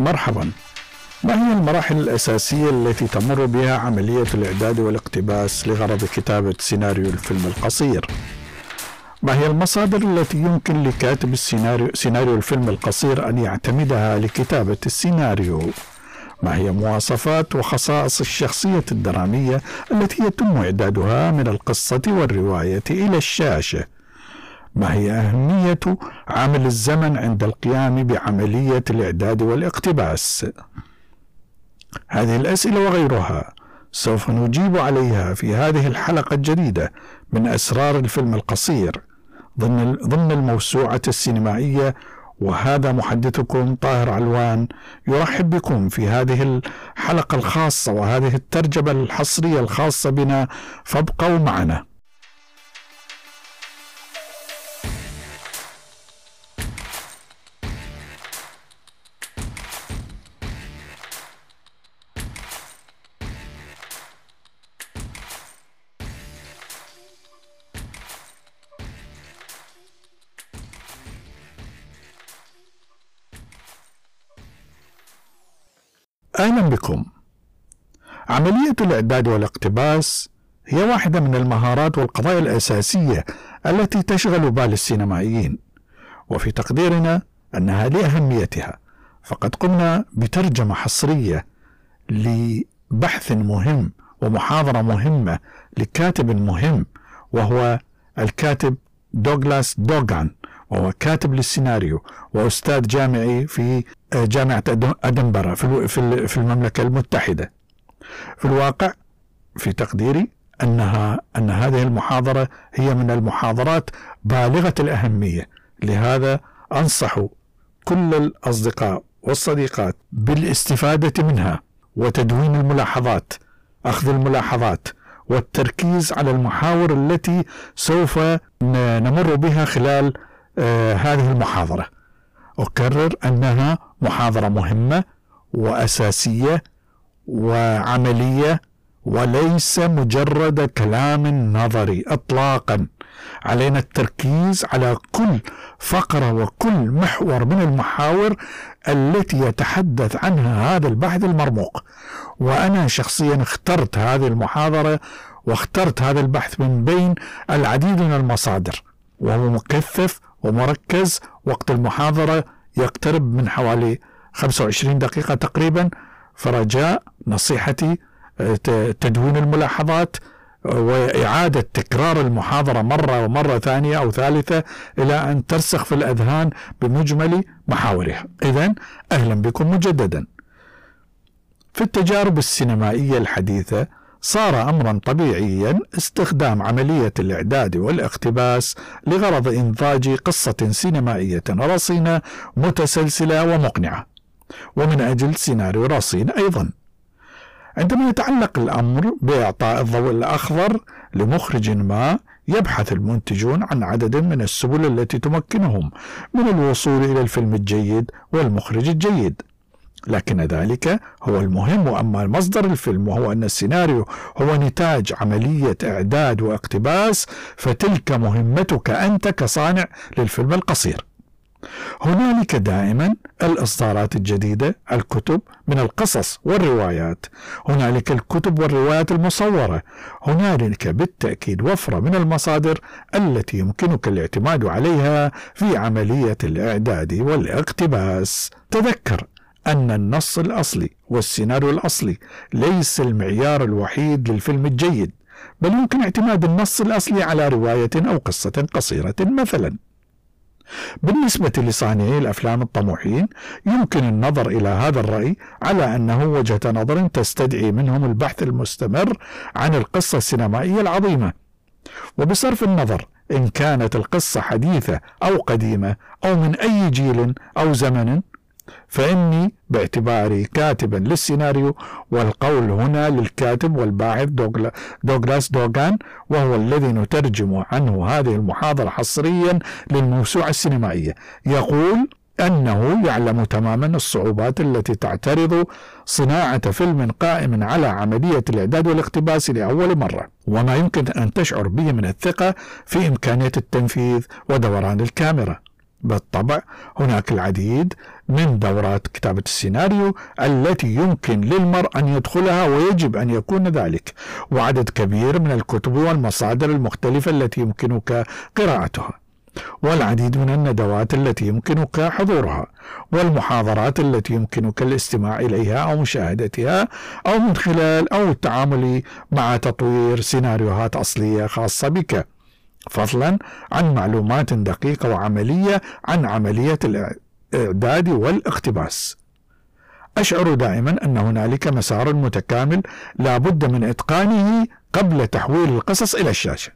مرحبا. ما هي المراحل الأساسية التي تمر بها عملية الإعداد والاقتباس لغرض كتابة سيناريو الفيلم القصير؟ ما هي المصادر التي يمكن لكاتب سيناريو الفيلم القصير أن يعتمدها لكتابة السيناريو؟ ما هي مواصفات وخصائص الشخصية الدرامية التي يتم إعدادها من القصة والرواية إلى الشاشة؟ ما هي أهمية عامل الزمن عند القيام بعملية الإعداد والاقتباس؟ هذه الأسئلة وغيرها سوف نجيب عليها في هذه الحلقة الجديدة من أسرار الفيلم القصير ضمن الموسوعة السينمائية. وهذا محدثكم طاهر علوان يرحب بكم في هذه الحلقة الخاصة وهذه الترجمة الحصرية الخاصة بنا، فابقوا معنا. أهلا بكم. عملية الإعداد والاقتباس هي واحدة من المهارات والقضايا الأساسية التي تشغل بال السينمائيين، وفي تقديرنا أنها لأهميتها فقد قمنا بترجمة حصرية لبحث مهم ومحاضرة مهمة لكاتب مهم، وهو الكاتب دوغلاس دوغان، وهو كاتب للسيناريو وأستاذ جامعي في جامعة أدنبرا في المملكة المتحدة. في الواقع في تقديري أن هذه المحاضرة هي من المحاضرات بالغة الأهمية، لهذا أنصح كل الأصدقاء والصديقات بالاستفادة منها وتدوين الملاحظات، أخذ الملاحظات والتركيز على المحاور التي سوف نمر بها خلال هذه المحاضرة. أكرر أنها محاضرة مهمة وأساسية وعملية، وليس مجرد كلام نظري إطلاقا. علينا التركيز على كل فقرة وكل محور من المحاور التي يتحدث عنها هذا البحث المرموق. وأنا شخصيا اخترت هذه المحاضرة واخترت هذا البحث من بين العديد من المصادر، وهو مكثف ومركز. وقت المحاضرة يقترب من حوالي 25 دقيقة تقريبا، فرجاء نصيحتي تدوين الملاحظات وإعادة تكرار المحاضرة مرة ومرة ثانية أو ثالثة إلى أن ترسخ في الأذهان بمجمل محاورها. إذن أهلا بكم مجددا. في التجارب السينمائية الحديثة صار أمرا طبيعيا استخدام عملية الإعداد والاقتباس لغرض إنتاج قصة سينمائية رصينة متسلسلة ومقنعة، ومن أجل سيناريو رصين أيضا. عندما يتعلق الأمر بإعطاء الضوء الأخضر لمخرج ما، يبحث المنتجون عن عدد من السبل التي تمكنهم من الوصول إلى الفيلم الجيد والمخرج الجيد، لكن ذلك هو المهم. وأما مصدر الفيلم وهو أن السيناريو هو نتاج عملية إعداد واقتباس، فتلك مهمتك أنت كصانع للفيلم القصير. هنالك دائما الإصدارات الجديدة، الكتب من القصص والروايات، هنالك الكتب والروايات المصورة، هنالك بالتأكيد وفرة من المصادر التي يمكنك الاعتماد عليها في عملية الإعداد والاقتباس. تذكر أن النص الأصلي والسيناريو الأصلي ليس المعيار الوحيد للفيلم الجيد، بل يمكن اعتماد النص الأصلي على رواية أو قصة قصيرة مثلا. بالنسبة لصانعي الأفلام الطموحين، يمكن النظر إلى هذا الرأي على أنه وجهة نظر تستدعي منهم البحث المستمر عن القصة السينمائية العظيمة. وبصرف النظر إن كانت القصة حديثة أو قديمة أو من أي جيل أو زمن، فإني باعتباري كاتبا للسيناريو، والقول هنا للكاتب والباحث دوغلاس دوغان، وهو الذي نترجم عنه هذه المحاضرة حصريا للموسوعة السينمائية، يقول أنه يعلم تماما الصعوبات التي تعترض صناعة فيلم قائم على عملية الإعداد والاقتباس لأول مرة، وما يمكن أن تشعر به من الثقة في إمكانية التنفيذ ودوران الكاميرا. بالطبع هناك العديد من دورات كتابة السيناريو التي يمكن للمرء أن يدخلها ويجب أن يكون ذلك، وعدد كبير من الكتب والمصادر المختلفة التي يمكنك قراءتها، والعديد من الندوات التي يمكنك حضورها، والمحاضرات التي يمكنك الاستماع إليها أو مشاهدتها، أو من خلال أو التعامل مع تطوير سيناريوهات أصلية خاصة بك، فضلا عن معلومات دقيقة وعملية عن عملية الإعداد والاقتباس. أشعر دائما أن هنالك مسار متكامل لا بد من إتقانه قبل تحويل القصص إلى الشاشة،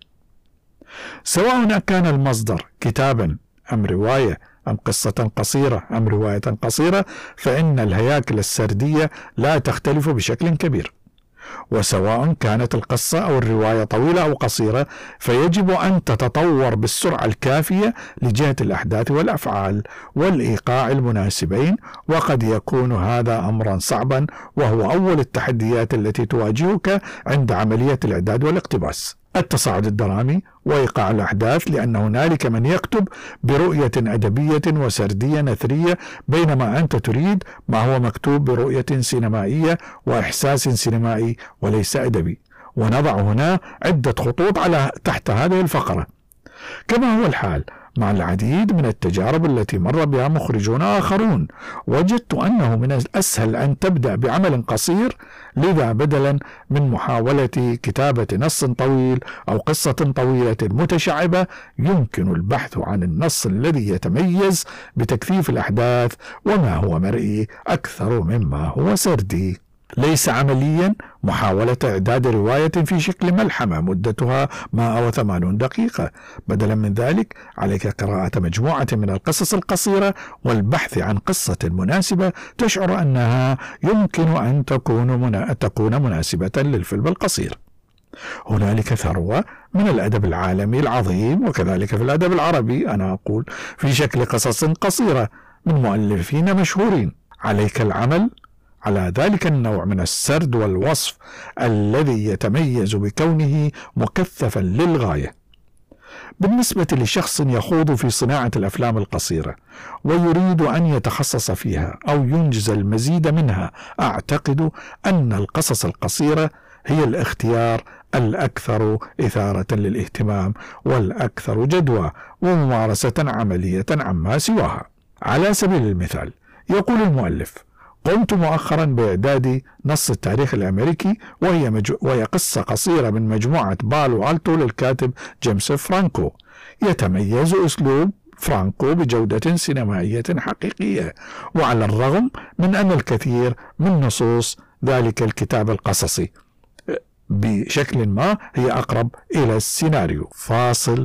سواء كان المصدر كتابا أم رواية أم قصة قصيرة أم رواية قصيرة، فإن الهياكل السردية لا تختلف بشكل كبير، وسواء كانت القصة أو الرواية طويلة أو قصيرة، فيجب أن تتطور بالسرعة الكافية لجهة الأحداث والأفعال والإيقاع المناسبين، وقد يكون هذا أمرا صعبا، وهو أول التحديات التي تواجهك عند عملية الإعداد والاقتباس. التصاعد الدرامي وإيقاع الأحداث، لأن هنالك من يكتب برؤية أدبية وسردية نثرية، بينما أنت تريد ما هو مكتوب برؤية سينمائية وإحساس سينمائي وليس أدبي. ونضع هنا عدة خطوط تحت هذه الفقرة، كما هو الحال مع العديد من التجارب التي مر بها مخرجون آخرون. وجدت أنه من الأسهل أن تبدأ بعمل قصير، لذا بدلا من محاولة كتابة نص طويل أو قصة طويلة متشعبة، يمكن البحث عن النص الذي يتميز بتكثيف الأحداث وما هو مرئي أكثر مما هو سردي. ليس عمليا محاولة إعداد رواية في شكل ملحمة مدتها 180 دقيقة. بدلا من ذلك عليك قراءة مجموعة من القصص القصيرة والبحث عن قصة مناسبة تشعر أنها يمكن أن تكون مناسبة للفيلم القصير. هنالك ثروة من الأدب العالمي العظيم، وكذلك في الأدب العربي أنا أقول في شكل قصص قصيرة من مؤلفين مشهورين. عليك العمل على ذلك النوع من السرد والوصف الذي يتميز بكونه مكثفا للغاية. بالنسبة لشخص يخوض في صناعة الأفلام القصيرة ويريد أن يتخصص فيها أو ينجز المزيد منها، أعتقد أن القصص القصيرة هي الاختيار الأكثر إثارة للاهتمام والأكثر جدوى وممارسة عملية عما سواها. على سبيل المثال، يقول المؤلف: قمت مؤخرا بإعداد نص التاريخ الأمريكي، وهي قصة قصيرة من مجموعة بالو ألتو للكاتب جيمس فرانكو. يتميز أسلوب فرانكو بجودة سينمائية حقيقية، وعلى الرغم من أن الكثير من نصوص ذلك الكتاب القصصي بشكل ما هي أقرب إلى السيناريو. فاصل.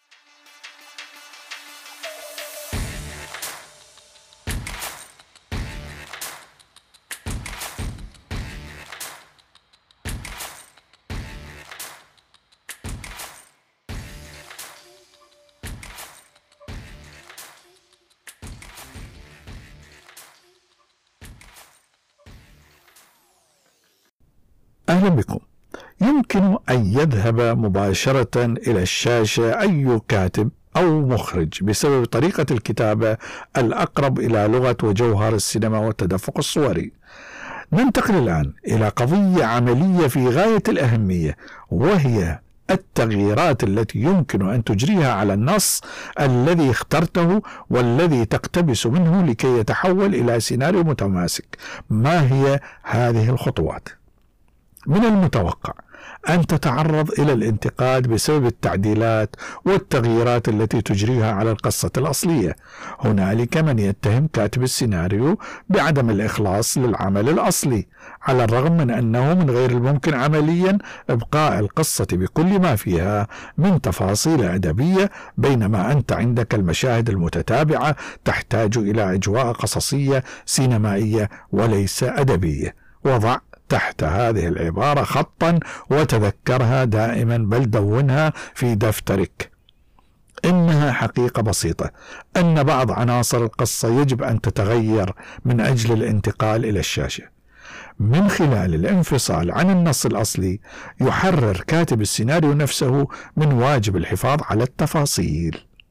أهلا بكم. يمكن أن يذهب مباشرة إلى الشاشة أي كاتب أو مخرج بسبب طريقة الكتابة الأقرب إلى لغة وجوهر السينما والتدفق الصوري. ننتقل الآن إلى قضية عملية في غاية الأهمية، وهي التغييرات التي يمكن أن تجريها على النص الذي اخترته والذي تقتبس منه لكي يتحول إلى سيناريو متماسك. ما هي هذه الخطوات؟ من المتوقع أن تتعرض إلى الانتقاد بسبب التعديلات والتغييرات التي تجريها على القصة الأصلية. هنالك من يتهم كاتب السيناريو بعدم الإخلاص للعمل الأصلي، على الرغم من أنه من غير الممكن عمليا إبقاء القصة بكل ما فيها من تفاصيل أدبية، بينما أنت عندك المشاهد المتتابعة تحتاج إلى أجواء قصصية سينمائية وليس أدبية. وضع تحت هذه العبارة خطا وتذكرها دائما، بل دونها في دفترك. إنها حقيقة بسيطة أن بعض عناصر القصة يجب أن تتغير من أجل الانتقال إلى الشاشة. من خلال الانفصال عن النص الأصلي يحرر كاتب السيناريو نفسه من واجب الحفاظ على التفاصيل.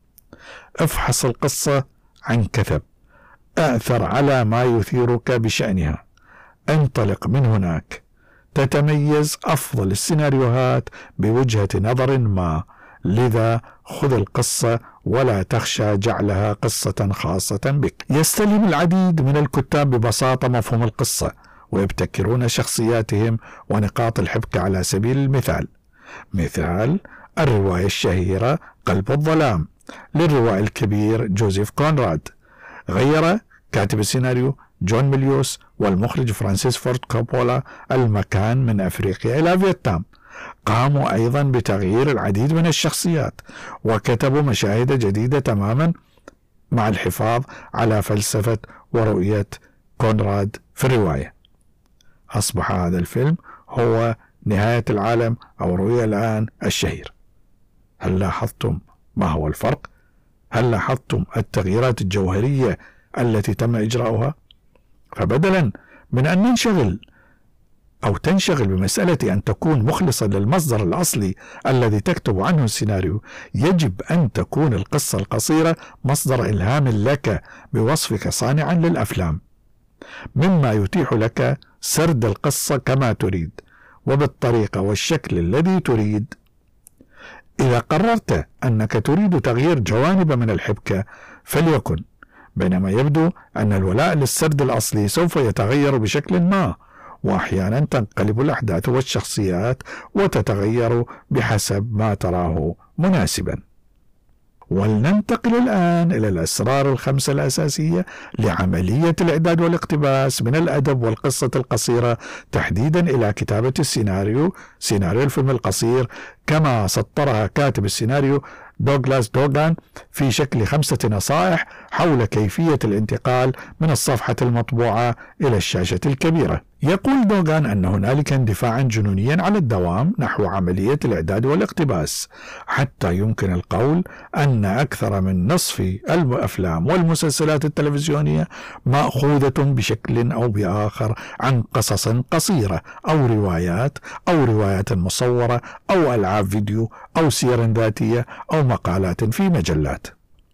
افحص القصة عن كثب، اعثر على ما يثيرك بشأنها، انطلق من هناك. تتميز أفضل السيناريوهات بوجهة نظر ما، لذا خذ القصة ولا تخشى جعلها قصة خاصة بك. يستلم العديد من الكتاب ببساطة مفهوم القصة ويبتكرون شخصياتهم ونقاط الحبكة. على سبيل المثال، مثال الرواية الشهيرة قلب الظلام للروائي الكبير جوزيف كونراد، غير كاتب السيناريو جون ميليوس والمخرج فرانسيس فورد كوبولا المكان من أفريقيا إلى فيتنام. قاموا أيضا بتغيير العديد من الشخصيات وكتبوا مشاهد جديدة تماما مع الحفاظ على فلسفة ورؤية كونراد في الرواية. أصبح هذا الفيلم هو نهاية العالم أو رؤيا الآن الشهير. هل لاحظتم ما هو الفرق؟ هل لاحظتم التغييرات الجوهرية التي تم إجراؤها؟ فبدلا من أن ننشغل أو تنشغل بمسألة أن تكون مخلصا للمصدر الأصلي الذي تكتب عنه السيناريو، يجب أن تكون القصة القصيرة مصدر إلهام لك بوصفك صانعا للأفلام، مما يتيح لك سرد القصة كما تريد وبالطريقة والشكل الذي تريد. إذا قررت أنك تريد تغيير جوانب من الحبكة فليكن، بينما يبدو أن الولاء للسرد الأصلي سوف يتغير بشكل ما، وأحيانا تنقلب الأحداث والشخصيات وتتغير بحسب ما تراه مناسبا. ولننتقل الآن إلى الأسرار الخمسة الأساسية لعملية الإعداد والاقتباس من الأدب والقصة القصيرة، تحديدا إلى كتابة السيناريو، سيناريو الفيلم القصير، كما سطرها كاتب السيناريو دوغلاس دوغان في شكل 5 نصائح حول كيفية الانتقال من الصفحة المطبوعة إلى الشاشة الكبيرة. يقول دوغان أن هنالك اندفاعا جنونيا على الدوام نحو عملية الإعداد والاقتباس، حتى يمكن القول أن أكثر من نصف الأفلام والمسلسلات التلفزيونية مأخوذة بشكل أو بآخر عن قصص قصيرة أو روايات مصورة أو ألعاب فيديو أو سير ذاتية أو مقالات في مجلات.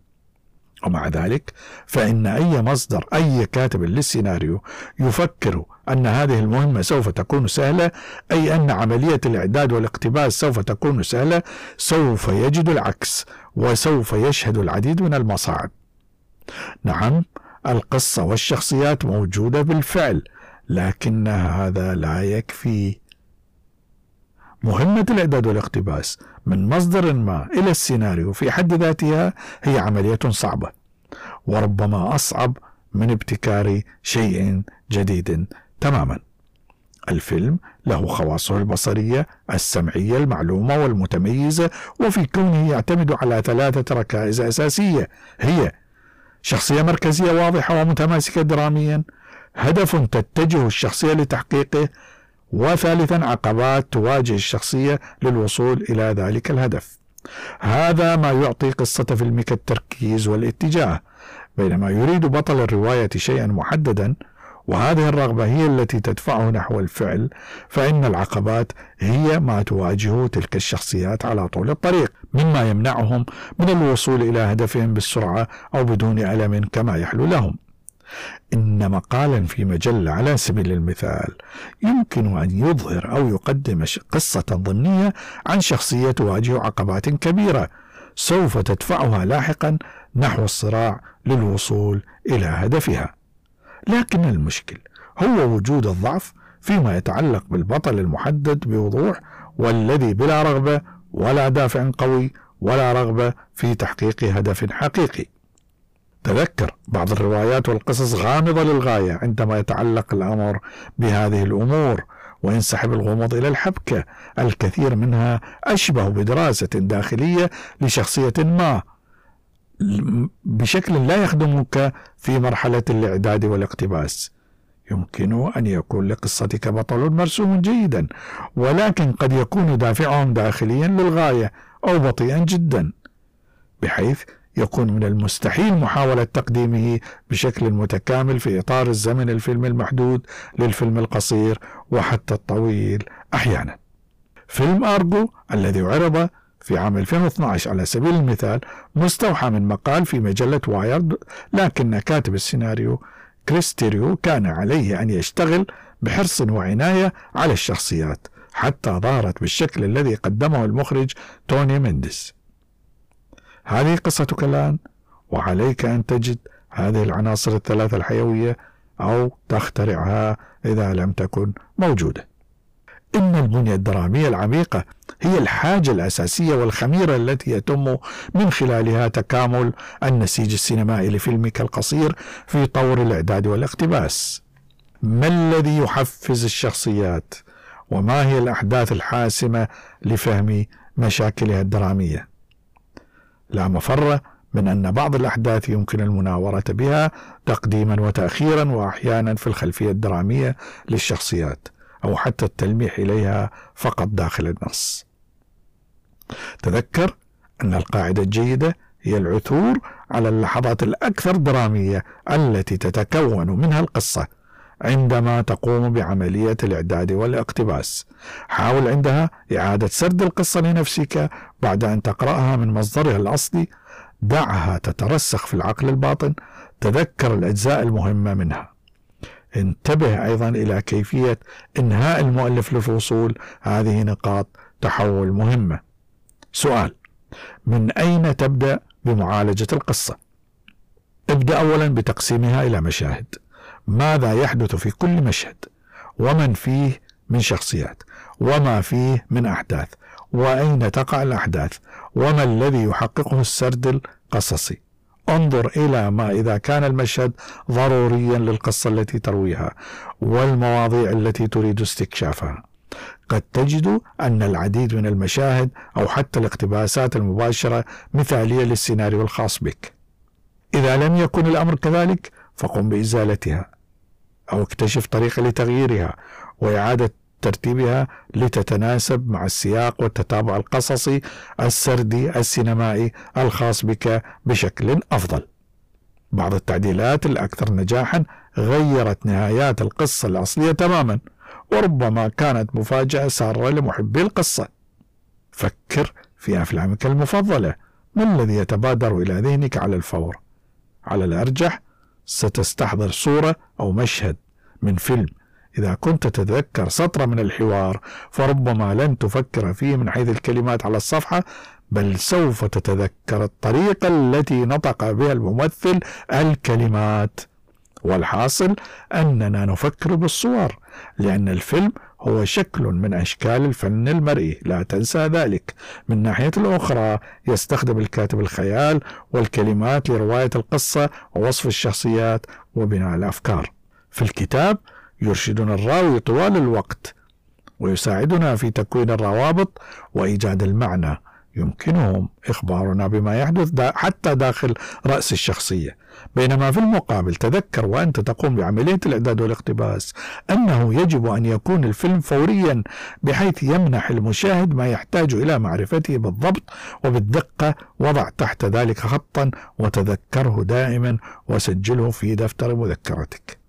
ومع ذلك فإن أي كاتب للسيناريو يفكر أن هذه المهمة سوف تكون سهلة، أي أن عملية الإعداد والاقتباس سوف تكون سهلة، سوف يجد العكس وسوف يشهد العديد من المصاعب. نعم، القصة والشخصيات موجودة بالفعل، لكن هذا لا يكفي. مهمة الإعداد والاقتباس من مصدر ما إلى السيناريو في حد ذاتها هي عملية صعبة، وربما أصعب من ابتكار شيء جديد تماما. الفيلم له خواصه البصرية، السمعية، المعلومة والمتميزة، وفي كونه يعتمد على 3 ركائز أساسية، هي شخصية مركزية واضحة ومتماسكة دراميا، هدف تتجه الشخصية لتحقيقه، وثالثا عقبات تواجه الشخصية للوصول إلى ذلك الهدف. هذا ما يعطي قصة فيلمك التركيز والاتجاه. بينما يريد بطل الرواية شيئا محددا وهذه الرغبة هي التي تدفعه نحو الفعل، فإن العقبات هي ما تواجه تلك الشخصيات على طول الطريق، مما يمنعهم من الوصول إلى هدفهم بالسرعة أو بدون ألم كما يحلو لهم. إن مقالا في مجلة على سبيل المثال يمكن أن يظهر أو يقدم قصة ضمنية عن شخصية تواجه عقبات كبيرة سوف تدفعها لاحقا نحو الصراع للوصول إلى هدفها. لكن المشكل هو وجود الضعف فيما يتعلق بالبطل المحدد بوضوح، والذي بلا رغبة ولا دافع قوي ولا رغبة في تحقيق هدف حقيقي. تذكر بعض الروايات والقصص غامضة للغاية عندما يتعلق الأمر بهذه الأمور وينسحب الغموض إلى الحبكة. الكثير منها أشبه بدراسة داخلية لشخصية ما بشكل لا يخدمك في مرحلة الإعداد والاقتباس. يمكن أن يكون لقصتك بطل مرسوم جيدا، ولكن قد يكون دافعهم داخليا للغاية أو بطيئا جدا، بحيث يكون من المستحيل محاولة تقديمه بشكل متكامل في إطار الزمن الفيلم المحدود للفيلم القصير وحتى الطويل أحيانا. فيلم أرجو الذي عرض في عام 2012 على سبيل المثال مستوحى من مقال في مجلة وايرد، لكن كاتب السيناريو كريس تيريو كان عليه أن يشتغل بحرص وعناية على الشخصيات حتى ظهرت بالشكل الذي قدمه المخرج توني مينديس. هذه قصتك الآن، وعليك أن تجد هذه العناصر الثلاثة الحيوية أو تخترعها إذا لم تكن موجودة. إن البنية الدرامية العميقة هي الحاجة الأساسية والخميرة التي يتم من خلالها تكامل النسيج السينمائي لفيلمك القصير في طور الإعداد والاقتباس. ما الذي يحفز الشخصيات؟ وما هي الأحداث الحاسمة لفهم مشاكلها الدرامية؟ لا مفر من أن بعض الأحداث يمكن المناورة بها تقديما وتأخيرا، وأحيانا في الخلفية الدرامية للشخصيات، أو حتى التلميح إليها فقط داخل النص. تذكر أن القاعدة الجيدة هي العثور على اللحظات الأكثر درامية التي تتكون منها القصة عندما تقوم بعملية الإعداد والاقتباس. حاول عندها إعادة سرد القصة لنفسك بعد أن تقرأها من مصدرها الأصلي، دعها تترسخ في العقل الباطن، تذكر الأجزاء المهمة منها. انتبه أيضا إلى كيفية إنهاء المؤلف للوصول هذه نقاط تحول مهمة. سؤال: من أين تبدأ بمعالجة القصة؟ ابدأ أولا بتقسيمها إلى مشاهد. ماذا يحدث في كل مشهد؟ ومن فيه من شخصيات؟ وما فيه من أحداث؟ وأين تقع الأحداث؟ وما الذي يحققه السرد القصصي؟ انظر إلى ما إذا كان المشهد ضروريا للقصة التي ترويها والمواضيع التي تريد استكشافها. قد تجد أن العديد من المشاهد أو حتى الاقتباسات المباشرة مثالية للسيناريو الخاص بك. إذا لم يكن الأمر كذلك فقم بإزالتها أو اكتشف طريقة لتغييرها وإعادة ترتيبها لتتناسب مع السياق والتتابع القصصي السردي السينمائي الخاص بك بشكل أفضل. بعض التعديلات الأكثر نجاحا غيرت نهايات القصة الأصلية تماما، وربما كانت مفاجأة سارة لمحبي القصة. فكر في أفلامك المفضلة، ما الذي يتبادر إلى ذهنك على الفور؟ على الأرجح ستستحضر صورة أو مشهد من فيلم. إذا كنت تتذكر سطر من الحوار فربما لن تفكر فيه من حيث الكلمات على الصفحة، بل سوف تتذكر الطريقة التي نطق بها الممثل الكلمات. والحاصل أننا نفكر بالصور، لأن الفيلم هو شكل من أشكال الفن المرئي، لا تنسى ذلك. من ناحية الأخرى يستخدم الكاتب الخيال والكلمات لرواية القصة ووصف الشخصيات وبناء الأفكار. في الكتاب يرشدنا الراوي طوال الوقت ويساعدنا في تكوين الروابط وإيجاد المعنى، يمكنهم إخبارنا بما يحدث حتى داخل رأس الشخصية. بينما في المقابل تذكر وأنت تقوم بعملية الإعداد والاقتباس أنه يجب أن يكون الفيلم فوريا، بحيث يمنح المشاهد ما يحتاج إلى معرفته بالضبط وبالدقة. وضع تحت ذلك خطا وتذكره دائما وسجله في دفتر مذكرتك.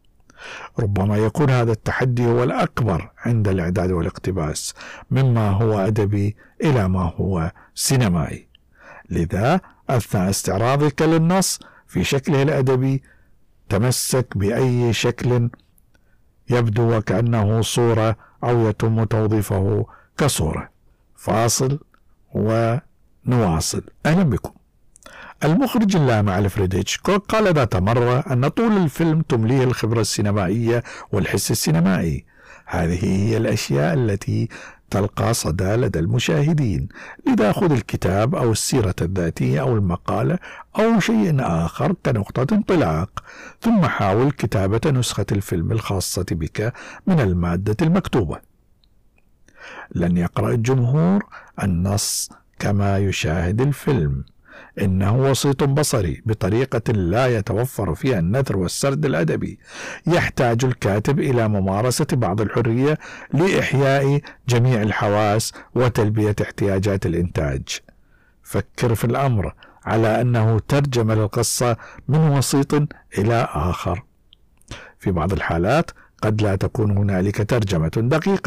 ربما يكون هذا التحدي هو الأكبر عند الإعداد والاقتباس، مما هو أدبي إلى ما هو سينمائي. لذا أثناء استعراضك للنص في شكله الأدبي تمسك بأي شكل يبدو وكأنه صورة أو يتم توظيفه كصورة. فاصل ونواصل. أهلا بكم. المخرج اللامع ألفريد هيتشكوك قال ذات مرة أن طول الفيلم تمليه الخبرة السينمائية والحس السينمائي. هذه هي الأشياء التي تلقى صدى لدى المشاهدين. لذا خذ الكتاب أو السيرة الذاتية أو المقالة أو شيء آخر كنقطة انطلاق، ثم حاول كتابة نسخة الفيلم الخاصة بك من المادة المكتوبة. لن يقرأ الجمهور النص كما يشاهد الفيلم، إنه وسيط بصري بطريقة لا يتوفر فيها النثر والسرد الأدبي. يحتاج الكاتب إلى ممارسة بعض الحرية لإحياء جميع الحواس وتلبية احتياجات الإنتاج. فكر في الأمر على أنه ترجمة للقصة من وسيط إلى آخر. في بعض الحالات قد لا تكون هنالك ترجمة دقيقة،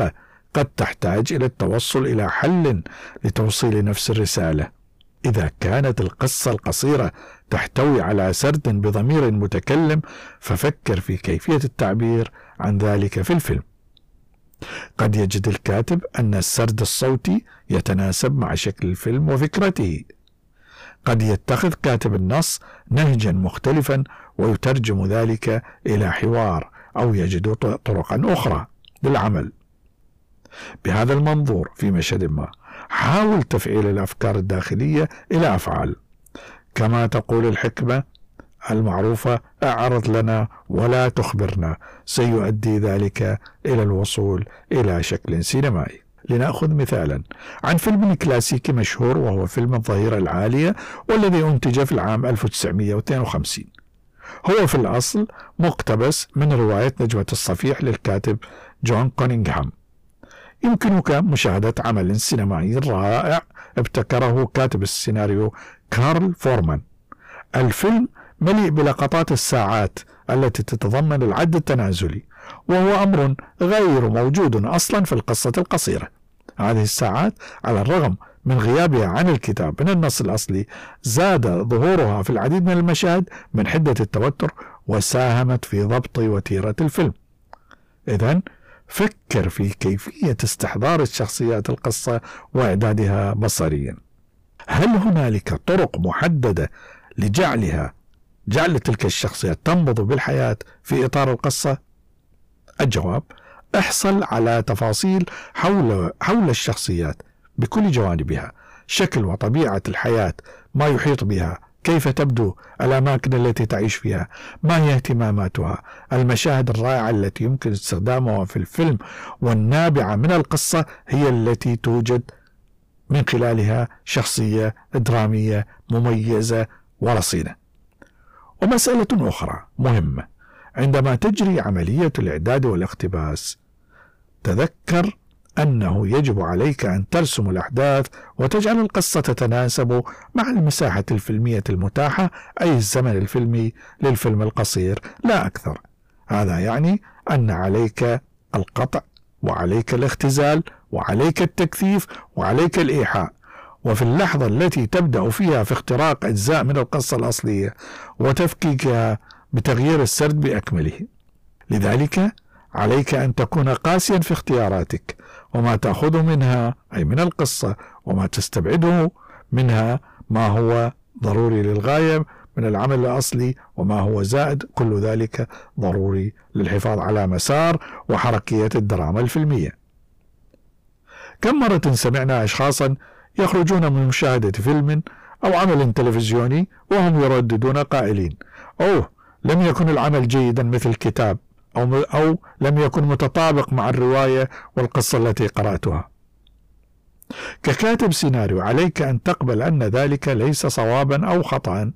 قد تحتاج إلى التوصل إلى حل لتوصيل نفس الرسالة. إذا كانت القصة القصيرة تحتوي على سرد بضمير متكلم، ففكر في كيفية التعبير عن ذلك في الفيلم. قد يجد الكاتب أن السرد الصوتي يتناسب مع شكل الفيلم وفكرته. قد يتخذ كاتب النص نهجا مختلفا ويترجم ذلك إلى حوار، أو يجد طرقا أخرى للعمل. بهذا المنظور في مشهد ما، حاول تفعيل الأفكار الداخلية إلى أفعال. كما تقول الحكمة المعروفة: أعرض لنا ولا تخبرنا، سيؤدي ذلك إلى الوصول إلى شكل سينمائي. لنأخذ مثالا عن فيلم كلاسيكي مشهور، وهو فيلم الظهيرة العالية، والذي أنتج في العام 1952. هو في الأصل مقتبس من رواية نجمة الصفيح للكاتب جون كونينغهام. يمكنك مشاهدة عمل سينمائي رائع ابتكره كاتب السيناريو كارل فورمان. الفيلم مليء بلقطات الساعات التي تتضمن العد التنازلي، وهو أمر غير موجود أصلا في القصة القصيرة. هذه الساعات على الرغم من غيابها عن الكتاب من النص الأصلي، زاد ظهورها في العديد من المشاهد من حدة التوتر، وساهمت في ضبط وتيرة الفيلم. إذن فكر في كيفية استحضار الشخصيات القصة وإعدادها بصريا. هل هنالك طرق محددة لجعل تلك الشخصيات تنبض بالحياة في إطار القصة؟ الجواب: احصل على تفاصيل حول الشخصيات بكل جوانبها: شكل وطبيعة الحياة، ما يحيط بها، كيف تبدو الأماكن التي تعيش فيها، ما هي اهتماماتها، المشاهد الرائعة التي يمكن استخدامها في الفيلم والنابعة من القصة هي التي توجد من خلالها شخصية درامية مميزة ورصينة. ومسألة أخرى مهمة: عندما تجري عملية الإعداد والاقتباس، تذكر أنه يجب عليك أن ترسم الأحداث وتجعل القصة تتناسب مع المساحة الفيلمية المتاحة، أي الزمن الفيلمي للفيلم القصير لا أكثر. هذا يعني أن عليك القطع، وعليك الاختزال، وعليك التكثيف، وعليك الإيحاء. وفي اللحظة التي تبدأ فيها في اختراق أجزاء من القصة الأصلية وتفكيكها بتغيير السرد بأكمله. لذلك عليك أن تكون قاسيا في اختياراتك، وما تأخذ منها أي من القصة، وما تستبعده منها ما هو ضروري للغاية من العمل الأصلي، وما هو زائد، كل ذلك ضروري للحفاظ على مسار وحركية الدراما الفيلمية. كم مرة سمعنا أشخاصا يخرجون من مشاهدة فيلم أو عمل تلفزيوني وهم يرددون قائلين: أوه، لم يكن العمل جيدا مثل الكتاب، أو لم يكن متطابق مع الرواية والقصة التي قرأتها. ككاتب سيناريو عليك أن تقبل أن ذلك ليس صوابا أو خطأ.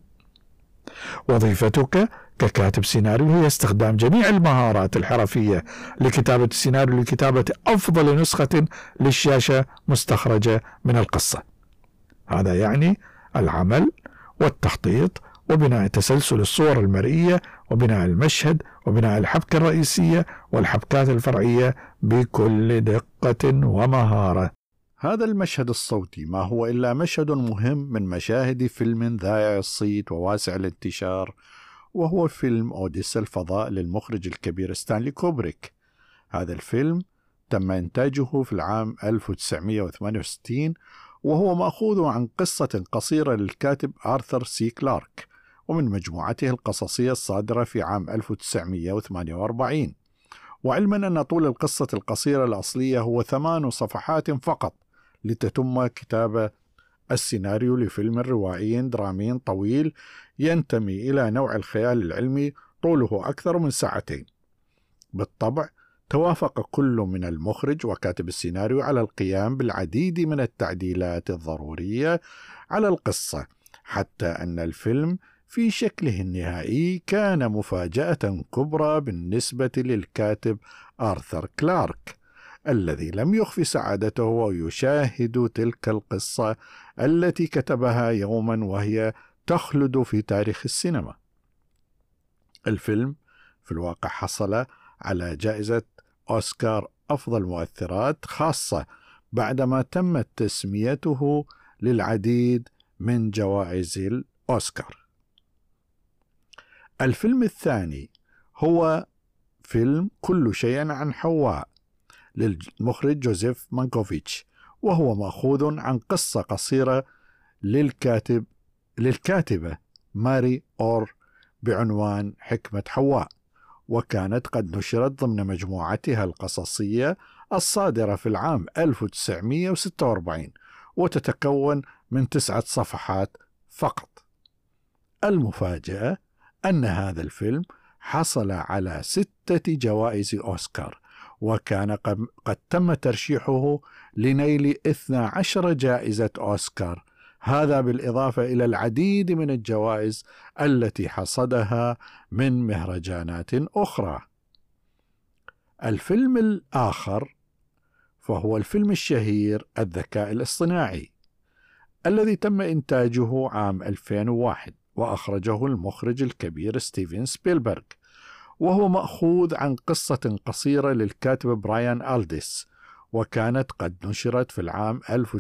وظيفتك ككاتب سيناريو هي استخدام جميع المهارات الحرفية لكتابة السيناريو لكتابة أفضل نسخة للشاشة مستخرجة من القصة. هذا يعني العمل والتخطيط وبناء تسلسل الصور المرئية وبناء المشهد وبناء الحبكة الرئيسية والحبكات الفرعية بكل دقة ومهارة. هذا المشهد الصوتي ما هو إلا مشهد مهم من مشاهد فيلم ذائع الصيت وواسع الانتشار، وهو فيلم أوديسا الفضاء للمخرج الكبير ستانلي كوبريك. هذا الفيلم تم إنتاجه في العام 1968، وهو مأخوذ عن قصة قصيرة للكاتب آرثر سي كلارك، ومن مجموعته القصصية الصادرة في عام 1948. وعلما أن طول القصة القصيرة الأصلية هو 8 صفحات فقط، لتتم كتابة السيناريو لفيلم روائي درامي طويل ينتمي إلى نوع الخيال العلمي طوله أكثر من 2 ساعات. بالطبع توافق كل من المخرج وكاتب السيناريو على القيام بالعديد من التعديلات الضرورية على القصة، حتى أن الفيلم في شكله النهائي كان مفاجأة كبرى بالنسبة للكاتب آرثر كلارك، الذي لم يخفي سعادته ويشاهد تلك القصة التي كتبها يوما وهي تخلد في تاريخ السينما. الفيلم في الواقع حصل على جائزة أوسكار أفضل مؤثرات، خاصة بعدما تمت تسميته للعديد من جوائز الأوسكار. الفيلم الثاني هو فيلم كل شيء عن حواء للمخرج جوزيف مانكوفيتش، وهو مأخوذ عن قصة قصيرة للكاتبة ماري أور بعنوان حكمة حواء، وكانت قد نشرت ضمن مجموعتها القصصية الصادرة في العام 1946، وتتكون من 9 صفحات فقط. المفاجأة أن هذا الفيلم حصل على 6 جوائز أوسكار، وكان قد تم ترشيحه لنيل 12 جائزة أوسكار، هذا بالإضافة إلى العديد من الجوائز التي حصدها من مهرجانات أخرى. الفيلم الآخر فهو الفيلم الشهير الذكاء الاصطناعي، الذي تم إنتاجه عام 2001 وأخرجه المخرج الكبير ستيفن سبيلبرغ، وهو مأخوذ عن قصة قصيرة للكاتب برايان ألديس، وكانت قد نشرت في العام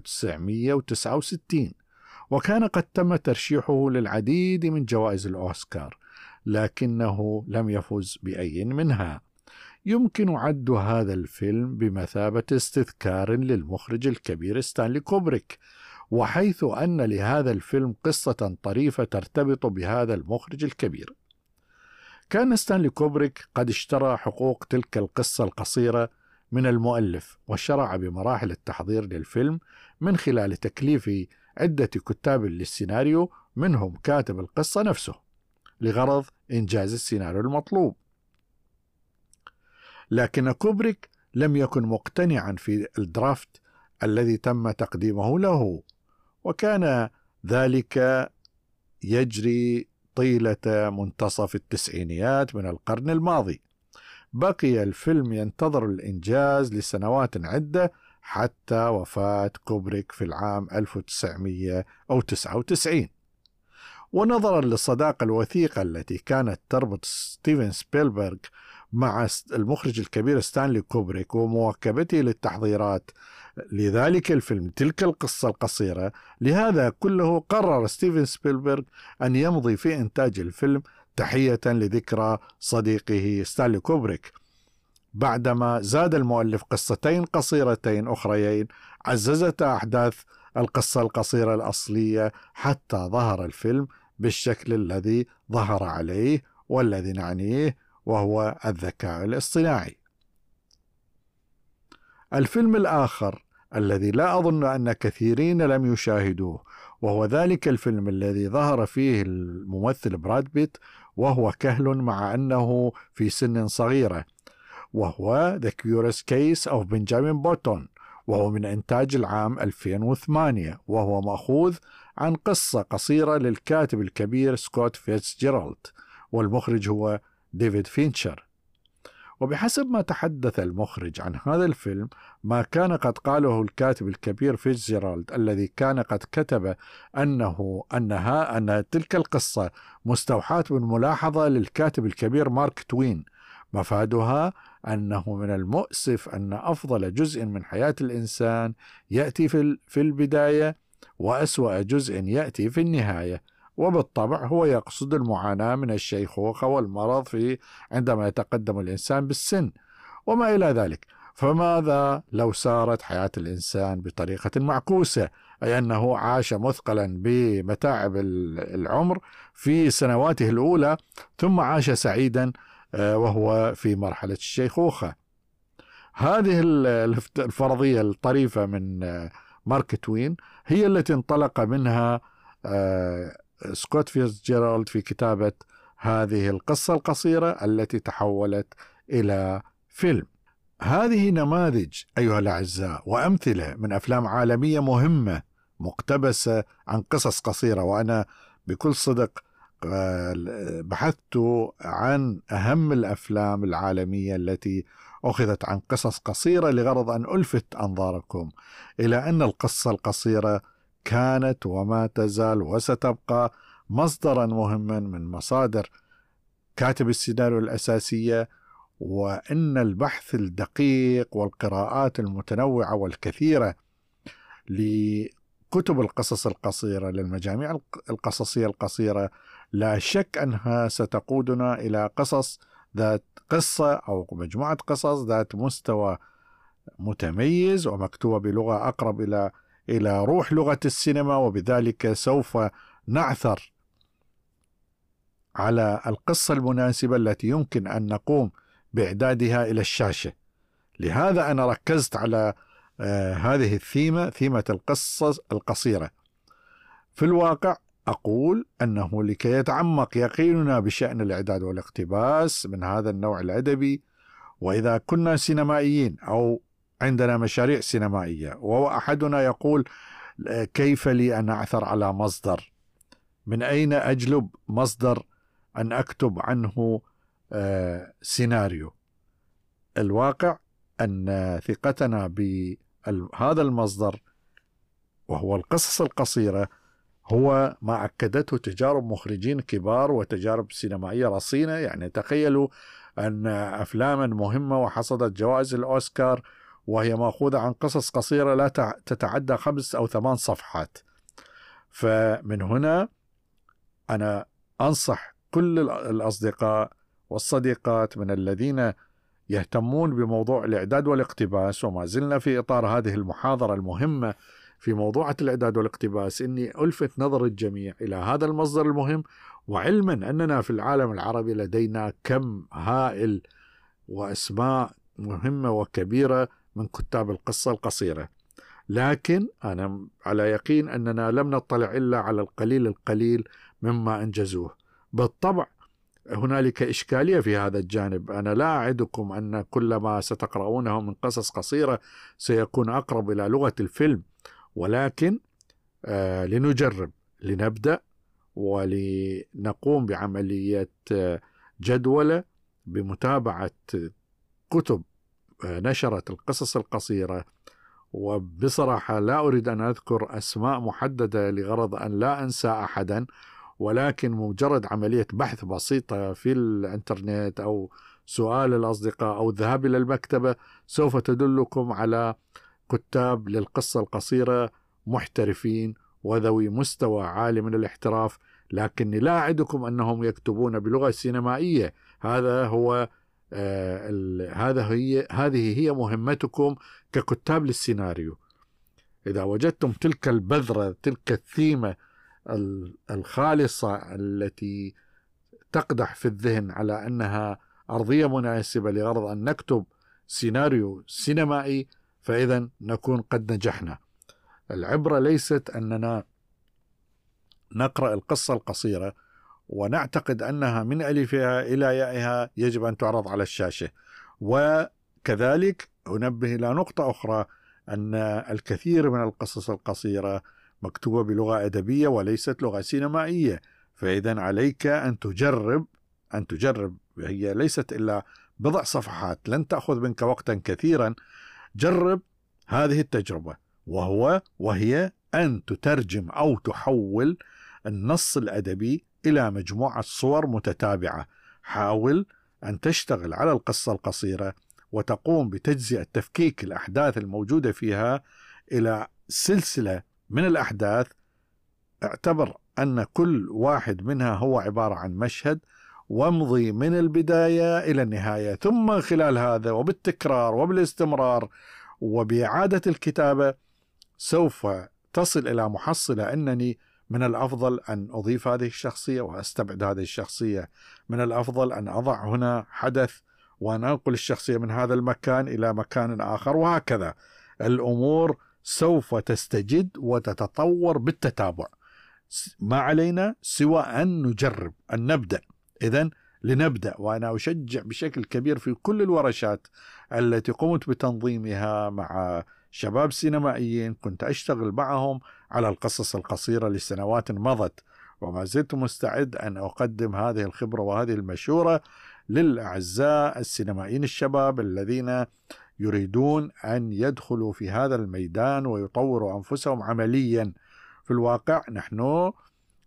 1969، وكان قد تم ترشيحه للعديد من جوائز الأوسكار، لكنه لم يفز بأي منها. يمكن عد هذا الفيلم بمثابة استذكار للمخرج الكبير ستانلي كوبريك، وحيث أن لهذا الفيلم قصة طريفة ترتبط بهذا المخرج الكبير. كان ستانلي كوبريك قد اشترى حقوق تلك القصة القصيرة من المؤلف، وشرع بمراحل التحضير للفيلم من خلال تكليف عدة كتاب للسيناريو، منهم كاتب القصة نفسه، لغرض إنجاز السيناريو المطلوب. لكن كوبريك لم يكن مقتنعا في الدرافت الذي تم تقديمه له، وكان ذلك يجري طيلة منتصف التسعينيات من القرن الماضي. بقي الفيلم ينتظر الإنجاز لسنوات عدة حتى وفاة كوبريك في العام 1999. ونظرا للصداقة الوثيقة التي كانت تربط ستيفن سبيلبرغ مع المخرج الكبير ستانلي كوبريك ومواكبته للتحضيرات لذلك الفيلم تلك القصة القصيرة، لهذا كله قرر ستيفن سبيلبرغ أن يمضي في إنتاج الفيلم تحية لذكرى صديقه ستانلي كوبريك، بعدما زاد المؤلف قصتين قصيرتين أخريين عززتا أحداث القصة القصيرة الأصلية حتى ظهر الفيلم بالشكل الذي ظهر عليه والذي نعنيه، وهو الذكاء الاصطناعي. الفيلم الآخر الذي لا أظن أن كثيرين لم يشاهدوه، وهو ذلك الفيلم الذي ظهر فيه الممثل براد بيت وهو كهل مع أنه في سن صغيرة، وهو The Curious Case of Benjamin Button، وهو من إنتاج العام 2008، وهو مأخوذ عن قصة قصيرة للكاتب الكبير سكوت فيتزجيرالد، والمخرج هو ديفيد فينشر. وبحسب ما تحدث المخرج عن هذا الفيلم، ما كان قد قاله الكاتب الكبير فيتزجيرالد الذي كان قد كتب أن تلك القصة مستوحاة من ملاحظة للكاتب الكبير مارك توين، مفادها أنه من المؤسف أن أفضل جزء من حياة الإنسان يأتي في البداية، وأسوأ جزء يأتي في النهاية. وبالطبع هو يقصد المعاناة من الشيخوخة والمرض عندما يتقدم الإنسان بالسن وما إلى ذلك. فماذا لو سارت حياة الإنسان بطريقة معكوسة، أي أنه عاش مثقلا بمتاعب العمر في سنواته الأولى، ثم عاش سعيدا وهو في مرحلة الشيخوخة. هذه الفرضية الطريفة من مارك توين هي التي انطلق منها سكوت فيتزجيرالد في كتابة هذه القصة القصيرة التي تحولت إلى فيلم. هذه نماذج أيها الأعزاء وأمثلة من أفلام عالمية مهمة مقتبسة عن قصص قصيرة، وأنا بكل صدق بحثت عن أهم الأفلام العالمية التي أخذت عن قصص قصيرة لغرض أن ألفت أنظاركم إلى أن القصة القصيرة كانت وما تزال وستبقى مصدرا مهما من مصادر كاتب السيناريو الأساسية وإن البحث الدقيق والقراءات المتنوعة والكثيرة لكتب القصص القصيرة للمجاميع القصصية القصيرة لا شك أنها ستقودنا إلى قصة أو مجموعة قصص ذات مستوى متميز ومكتوبة بلغة أقرب إلى روح لغة السينما، وبذلك سوف نعثر على القصة المناسبة التي يمكن أن نقوم بإعدادها إلى الشاشة. لهذا أنا ركزت على هذه ثيمة القصص القصيرة. في الواقع أقول أنه لكي يتعمق يقيننا بشأن الإعداد والاقتباس من هذا النوع الأدبي، وإذا كنا سينمائيين أو عندنا مشاريع سينمائية وأحدنا يقول كيف لي أن أعثر على مصدر، من أين أجلب مصدر أن أكتب عنه سيناريو؟ الواقع أن ثقتنا بهذا المصدر وهو القصص القصيرة هو ما أكدته تجارب مخرجين كبار وتجارب سينمائية رصينة. يعني تخيلوا أن أفلاما مهمة وحصدت جوائز الأوسكار وهي مأخوذة عن قصص قصيرة لا تتعدى 5 أو 8 صفحات. فمن هنا أنا أنصح كل الأصدقاء والصديقات من الذين يهتمون بموضوع الإعداد والاقتباس، وما زلنا في إطار هذه المحاضرة المهمة في موضوع الإعداد والاقتباس، إني ألفت نظر الجميع إلى هذا المصدر المهم، وعلما أننا في العالم العربي لدينا كم هائل وأسماء مهمة وكبيرة من كتاب القصة القصيرة، لكن أنا على يقين أننا لم نطلع إلا على القليل مما أنجزوه. بالطبع هنالك إشكالية في هذا الجانب. أنا لا أعدكم أن كل ما ستقرؤونه من قصص قصيرة سيكون أقرب إلى لغة الفيلم، ولكن لنجرب، لنبدأ ولنقوم بعملية جدولة بمتابعة كتب نشرت القصص القصيرة. وبصراحة لا أريد أن أذكر أسماء محددة لغرض أن لا أنسى أحدا، ولكن مجرد عملية بحث بسيطة في الإنترنت أو سؤال الأصدقاء أو الذهاب إلى المكتبة سوف تدلكم على كتاب للقصة القصيرة محترفين وذوي مستوى عالي من الاحتراف، لكني لا أعدكم أنهم يكتبون بلغة سينمائية. هذه هي مهمتكم ككتاب للسيناريو. إذا وجدتم تلك البذرة، تلك الثيمة الخالصة التي تقدح في الذهن على أنها أرضية مناسبة لغرض أن نكتب سيناريو سينمائي، فإذا نكون قد نجحنا. العبرة ليست أننا نقرأ القصة القصيرة ونعتقد أنها من ألفها إلى يائها يجب أن تعرض على الشاشة. وكذلك أنبه إلى نقطة أخرى، أن الكثير من القصص القصيرة مكتوبة بلغة أدبية وليست لغة سينمائية، فإذا عليك أن تجرب. هي ليست إلا بضع صفحات، لن تأخذ منك وقتا كثيرا. جرب هذه التجربة، وهي أن تترجم أو تحول النص الأدبي إلى مجموعة صور متتابعة. حاول أن تشتغل على القصة القصيرة وتقوم بتجزئة تفكيك الأحداث الموجودة فيها إلى سلسلة من الأحداث. اعتبر أن كل واحد منها هو عبارة عن مشهد، وامضي من البداية إلى النهاية، ثم خلال هذا وبالتكرار وبالاستمرار وبإعادة الكتابة سوف تصل إلى محصلة أنني من الأفضل أن أضيف هذه الشخصية وأستبعد هذه الشخصية، من الأفضل أن أضع هنا حدث وأن أنقل الشخصية من هذا المكان إلى مكان آخر، وهكذا الأمور سوف تستجد وتتطور بالتتابع. ما علينا سوى أن نجرب، أن نبدأ. إذن لنبدأ. وأنا أشجع بشكل كبير في كل الورشات التي قمت بتنظيمها مع شباب سينمائيين كنت أشتغل معهم على القصص القصيرة لسنوات مضت، وما زلت مستعد أن أقدم هذه الخبرة وهذه المشورة للأعزاء السينمائيين الشباب الذين يريدون أن يدخلوا في هذا الميدان ويطوروا أنفسهم عمليا. في الواقع نحن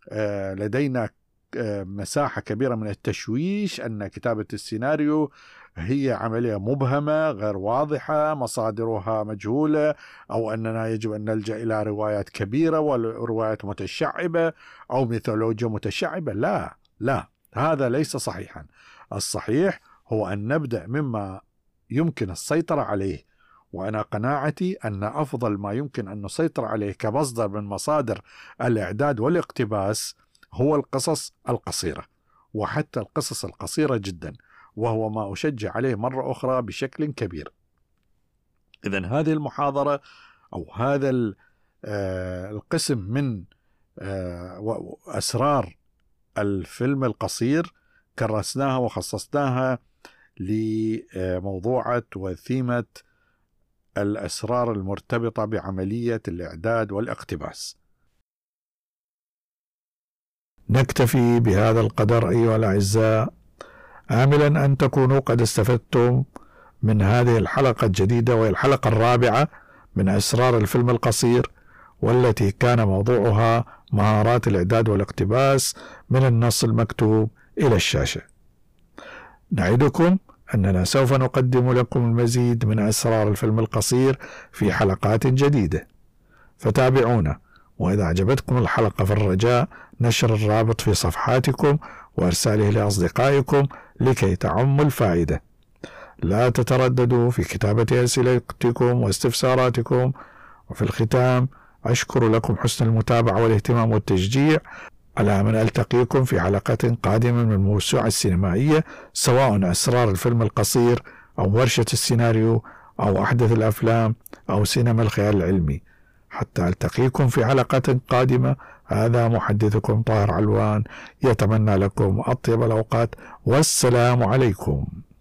لدينا مساحة كبيرة من التشويش أن كتابة السيناريو هي عملية مبهمة غير واضحة، مصادرها مجهولة، أو أننا يجب أن نلجأ إلى روايات كبيرة وروايات متشعبة أو ميثولوجيا متشعبة. لا، هذا ليس صحيحا. الصحيح هو أن نبدأ مما يمكن السيطرة عليه، وأنا قناعتي أن أفضل ما يمكن أن نسيطر عليه كمصدر من مصادر الإعداد والاقتباس هو القصص القصيرة، وحتى القصص القصيرة جدا، وهو ما أشجع عليه مرة أخرى بشكل كبير. إذن هذه المحاضرة أو هذا القسم من أسرار الفيلم القصير كرسناها وخصصناها لموضوعة وثيمة الأسرار المرتبطة بعملية الإعداد والاقتباس. نكتفي بهذا القدر أيها الأعزاء، آملا أن تكونوا قد استفدتم من هذه الحلقة الجديدة، وهي الحلقة الرابعة من أسرار الفيلم القصير، والتي كان موضوعها مهارات الإعداد والاقتباس من النص المكتوب إلى الشاشة. نعدكم أننا سوف نقدم لكم المزيد من أسرار الفيلم القصير في حلقات جديدة، فتابعونا. وإذا أعجبتكم الحلقة فالرجاء نشر الرابط في صفحاتكم وإرساله لأصدقائكم لكي تعم الفائدة. لا تترددوا في كتابة أسئلتكم واستفساراتكم. وفي الختام أشكر لكم حسن المتابعة والاهتمام والتشجيع، على أن ألتقيكم في حلقة قادمة من الموسوعة السينمائية، سواء أسرار الفيلم القصير أو ورشة السيناريو أو أحدث الأفلام أو سينما الخيال العلمي. حتى ألتقيكم في حلقة قادمة، هذا محدثكم طاهر علوان يتمنى لكم أطيب الأوقات، والسلام عليكم.